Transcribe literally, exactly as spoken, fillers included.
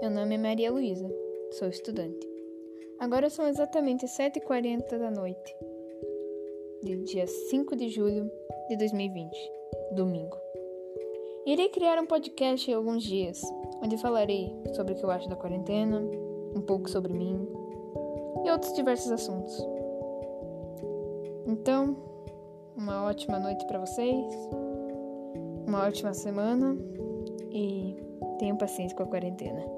Meu nome é Maria Luísa, sou estudante. Agora são exatamente sete e quarenta da noite, de dia cinco de julho de dois mil e vinte, domingo. Irei criar um podcast em alguns dias, onde falarei sobre o que eu acho da quarentena, um pouco sobre mim e outros diversos assuntos. Então, uma ótima noite para vocês, uma ótima semana e tenham paciência com a quarentena.